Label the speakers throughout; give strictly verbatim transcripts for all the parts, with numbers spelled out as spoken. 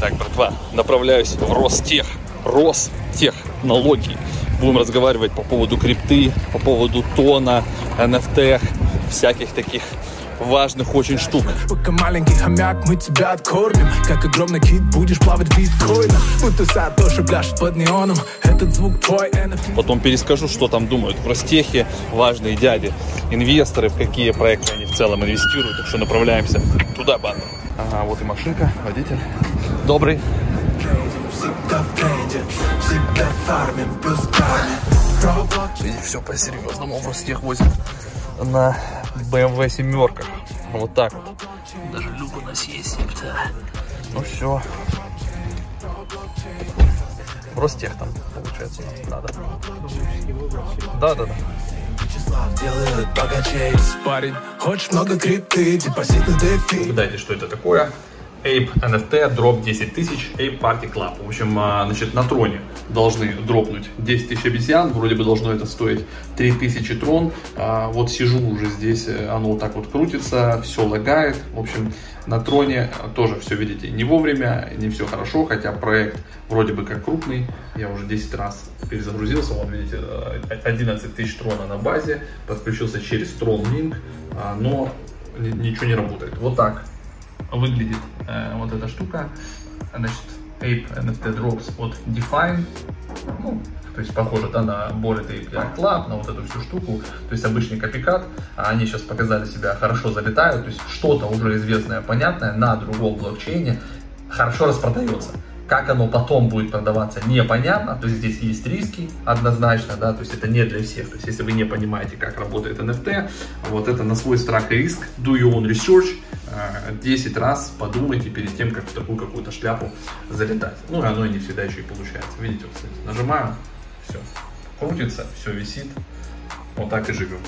Speaker 1: Так, братва, направляюсь в Ростех. Ростехнологии. Будем разговаривать по поводу крипты, по поводу тона, эн эф ти, всяких таких важных очень штук.
Speaker 2: Пока маленький хомяк, мы тебя откормим. Как огромный кит, будешь плавать в биткоинах. Будто Сатоши пляшет под неоном. Этот звук твой эн эф ти.
Speaker 1: Потом перескажу, что там думают в Ростехе важные дяди, инвесторы, в какие проекты они в целом инвестируют. Так что направляемся туда, банда. Ага, вот и машинка, водитель. Добрый.
Speaker 2: Всегда в тренде, всегда фармим, плюс карме.
Speaker 1: И все по-серьезному в Ростех возят на бэ эм вэ семерках. Вот так вот. Даже люк у нас есть, да. Ну все. В Ростех там, получается, у нас надо. Да, да, да.
Speaker 2: Делают богачей. Парень, хочешь много крипты, депозитный дефи.
Speaker 1: Угадайте, что это такое? Ape эн эф ти дроп десять тысяч, Ape Party Club. В общем, значит, на троне должны дропнуть десять тысяч обезьян. Вроде бы должно это стоить три тысячи трон. Вот сижу уже здесь, оно вот так вот крутится, все лагает. В общем, на троне тоже все, видите, не вовремя, не все хорошо. Хотя проект вроде бы как крупный. Я уже десять раз перезагрузился. Вот видите, одиннадцать тысяч трона на базе. Подключился через TronLink, но ничего не работает. Вот так выглядит э, вот эта штука. Значит, Ape эн эф ти Drops от Define. Ну, то есть похоже, да, на Bored Ape Yacht Club, на вот эту всю штуку. То есть обычный копикат. А они сейчас показали себя, хорошо залетают. То есть что-то уже известное, понятное на другом блокчейне хорошо распродается. Как оно потом будет продаваться, непонятно. То есть здесь есть риски однозначно, да, то есть это не для всех. То есть если вы не понимаете, как работает эн эф ти, вот это на свой страх и риск. Do your own research. десять раз подумайте перед тем, как в такую какую-то шляпу залетать. Ну и оно и не всегда еще и получается. Видите, вот, кстати, нажимаю, все крутится, все висит. Вот так и живем.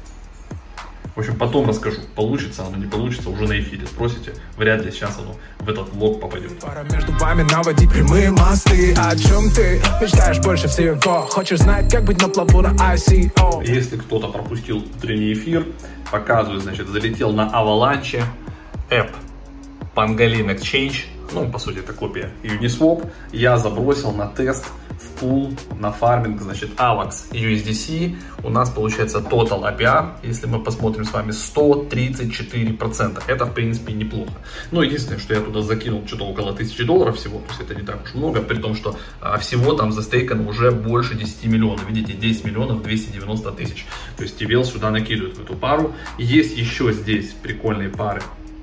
Speaker 1: В общем, потом расскажу, получится оно, не получится, уже на эфире спросите. Вряд ли сейчас оно в этот влог попадет.
Speaker 2: Пора между вами наводить прямые мосты. О чем ты мечтаешь больше всего? Хочешь знать, как быть на плаву на ай си о?
Speaker 1: Если кто-то пропустил утренний эфир, показываю, значит, залетел на Avalanche App Pangolin Exchange. Ну, по сути, это копия Uniswap. Я забросил на тест в пул, на фарминг, значит, Avax ю эс ди си. У нас получается Total эй пи ай, если мы посмотрим с вами, сто тридцать четыре процента. Это, в принципе, неплохо. Но единственное, что я туда закинул что-то около тысячи долларов всего. То есть это не так уж много, при том, что а, всего там застейкано уже больше десяти миллионов. Видите, десять миллионов двести девяносто тысяч. То есть ти ви эл сюда накидывают в эту пару. Есть еще здесь прикольные пары.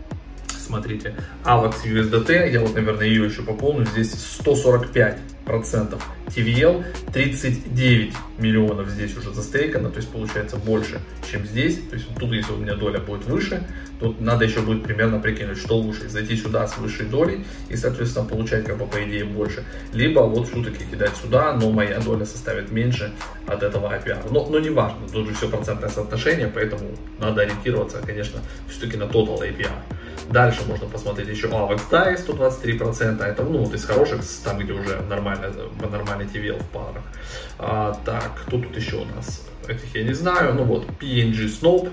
Speaker 1: Смотрите, Avax ю эс ди ти, я вот, наверное, ее еще пополню, здесь сто сорок пять процентов ти ви эл, тридцать девять миллионов здесь уже застейкано, то есть получается больше, чем здесь. То есть тут, если у меня доля будет выше, то надо еще будет примерно прикинуть, что лучше, зайти сюда с высшей долей и, соответственно, получать, как бы, по идее, больше, либо вот все-таки кидать сюда, но моя доля составит меньше от этого эй пи ай. Но, но не важно, тут же все процентное соотношение, поэтому надо ориентироваться, конечно, все-таки на Total эй пи ай. Дальше можно посмотреть еще Avax дай сто двадцать три процента. Это, ну, вот из хороших, там, где уже нормально, нормальный ти ви эл в парах. А, так, кто тут еще у нас? Этих я не знаю. Ну вот, пи эн джи Snope.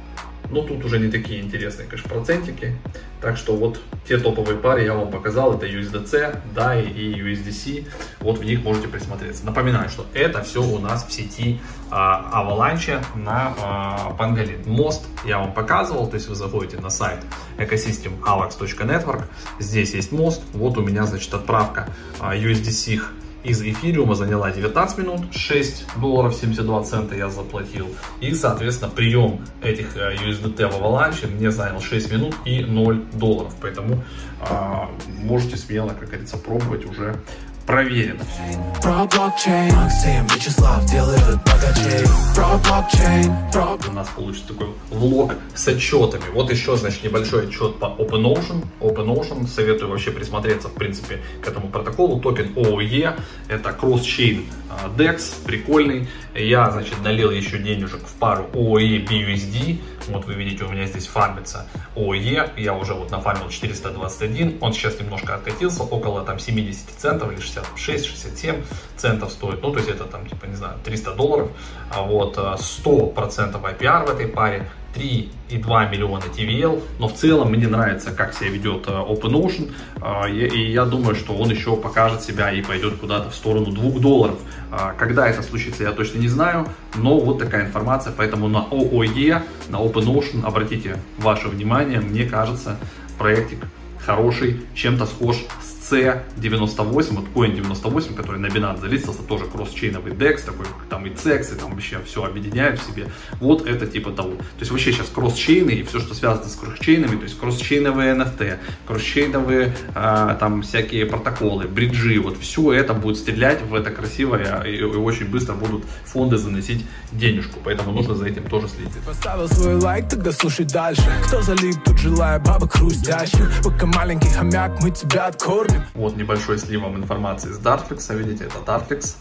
Speaker 1: Но тут уже не такие интересные, конечно, процентики. Так что вот те топовые пары я вам показал. Это ю эс ди си, дай и ю эс ди си. Вот в них можете присмотреться. Напоминаю, что это все у нас в сети а, Avalanche на а, Pangolin. Мост я вам показывал. То есть вы заходите на сайт экосистем avax точка network. Здесь есть мост. Вот у меня, значит, отправка а, ю эс ди си из эфириума заняла девятнадцать минут, шесть долларов семьдесят два цента я заплатил. И, соответственно, прием этих ю эс ди ти в Avalanche мне занял шесть минут и ноль долларов. Поэтому а, можете смело, как говорится, пробовать, уже проверено.
Speaker 2: Про блокчейн, Максим, Вячеслав делают богачей. Про блокчейн, про...
Speaker 1: У нас получится такой влог с отчетами. Вот еще, значит, небольшой отчет по OpenOcean. OpenOcean, советую вообще присмотреться, в принципе, к этому протоколу. Токен о о и, это кросс-чейн декс, прикольный. Я, значит, налил еще денежек в пару о о и би ю эс ди. Вот вы видите, у меня здесь фармится о о и. Я уже вот нафармил четыреста двадцать один. Он сейчас немножко откатился, около там семидесяти центов или шестидесяти шестьдесят шесть — шестьдесят семь центов стоит, ну, то есть это там, типа, не знаю, триста долларов, а вот сто процентов ай пи ар в этой паре, три и два миллиона ти ви эл, но в целом мне нравится, как себя ведет OpenOcean, и я думаю, что он еще покажет себя и пойдет куда-то в сторону двух долларов. Когда это случится, я точно не знаю, но вот такая информация, поэтому на о о и, на OpenOcean обратите ваше внимание, мне кажется, проектик хороший, чем-то схож с си девяносто восемь, вот Coin девяносто восемь, который на Binance залистился, тоже кросс-чейновый декс, такой, там и цекс, и там вообще все объединяют в себе. Вот это типа того. То есть вообще сейчас кросс-чейны и все, что связано с кросс-чейнами, то есть кросс-чейновые эн эф ти, кросс-чейновые а, там всякие протоколы, бриджи, вот все это будет стрелять в это красивое, и, и очень быстро будут фонды заносить денежку, поэтому нужно за этим тоже следить.
Speaker 2: Поставил свой лайк, тогда слушай дальше. Кто залип, тут желая бабок хрустящих. Пока маленький хомяк, мы тебя откормим.
Speaker 1: Вот небольшой слив вам информации с Dartflex, видите, это Dartflex.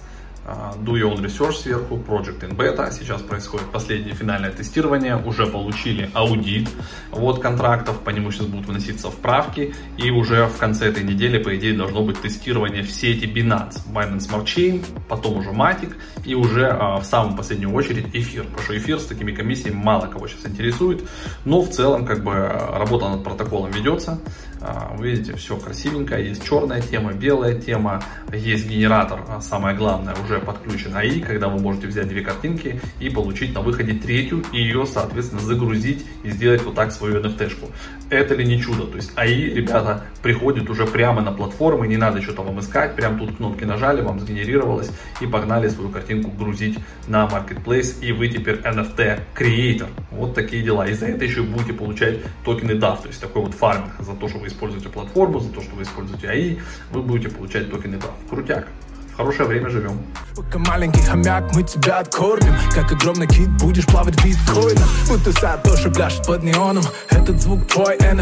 Speaker 1: Do Your Own Research сверху, Project in Beta, сейчас происходит последнее финальное тестирование, уже получили аудит вот контрактов, по нему сейчас будут выноситься вправки, и уже в конце этой недели, по идее, должно быть тестирование в сети Binance, Binance Smart Chain, потом уже Matic, и уже а, в самую последнюю очередь эфир, потому что эфир с такими комиссиями мало кого сейчас интересует, но в целом как бы работа над протоколом ведется, а, вы видите, все красивенько, есть черная тема, белая тема, есть генератор, а самое главное, уже подключен эй ай, когда вы можете взять две картинки и получить на выходе третью и ее, соответственно, загрузить и сделать вот так свою эн эф ти-шку. Это ли не чудо? То есть эй ай, ребята, приходит уже прямо на платформу, не надо что-то вам искать, прям тут кнопки нажали, вам сгенерировалось и погнали свою картинку грузить на Marketplace, и вы теперь эн эф ти-креатор. Вот такие дела. И за это еще будете получать токены даф, то есть такой вот фарминг. За то, что вы используете платформу, за то, что вы используете эй ай, вы будете получать токены даф. Крутяк. Хорошее время живем.
Speaker 2: Пока маленький хомяк, мы тебя откормим. Как огромный кит, будешь плавать в биткоинах. Будто Сатоши пляшет под неоном. Этот звук твой эн эф ти.